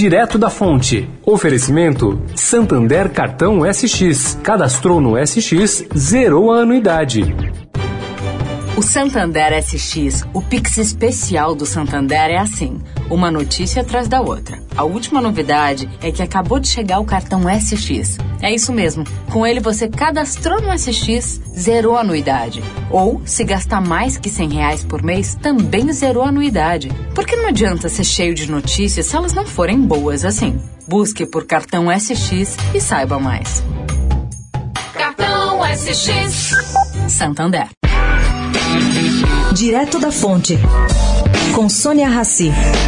direto da fonte. Oferecimento Santander Cartão SX. Cadastrou no SX, zerou a anuidade. O Santander SX, o Pix especial do Santander é assim, uma notícia atrás da outra. A última novidade é que acabou de chegar o cartão SX. É isso mesmo, com ele você cadastrou no SX, zerou a anuidade. Ou, se gastar mais que R$100 por mês, também zerou a anuidade. Porque não adianta ser cheio de notícias se elas não forem boas assim. Busque por cartão SX e saiba mais. Cartão SX Santander. Direto da fonte, com Sônia Rassi.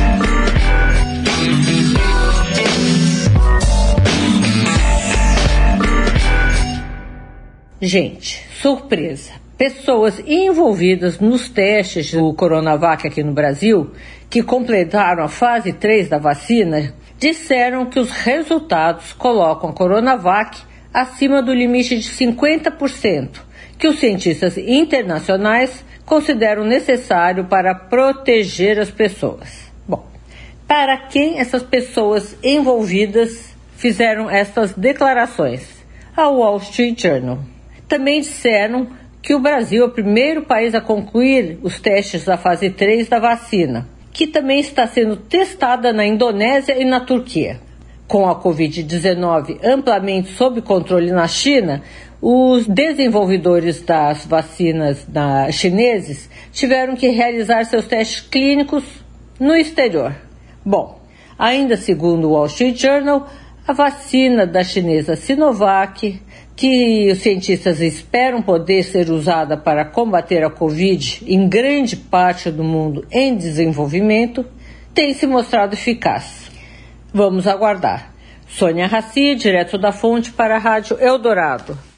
Gente, surpresa. Pessoas envolvidas nos testes do Coronavac aqui no Brasil, que completaram a fase 3 da vacina, disseram que os resultados colocam a Coronavac acima do limite de 50%, que os cientistas internacionais consideram necessário para proteger as pessoas. Bom, para quem essas pessoas envolvidas fizeram essas declarações? A Wall Street Journal. Também disseram que o Brasil é o primeiro país a concluir os testes da fase 3 da vacina, que também está sendo testada na Indonésia e na Turquia. Com a Covid-19 amplamente sob controle na China, os desenvolvedores das vacinas chineses tiveram que realizar seus testes clínicos no exterior. Bom, ainda segundo o Wall Street Journal, a vacina da chinesa Sinovac, que os cientistas esperam poder ser usada para combater a Covid em grande parte do mundo em desenvolvimento, tem se mostrado eficaz. Vamos aguardar. Sônia Rassi, direto da fonte para a Rádio Eldorado.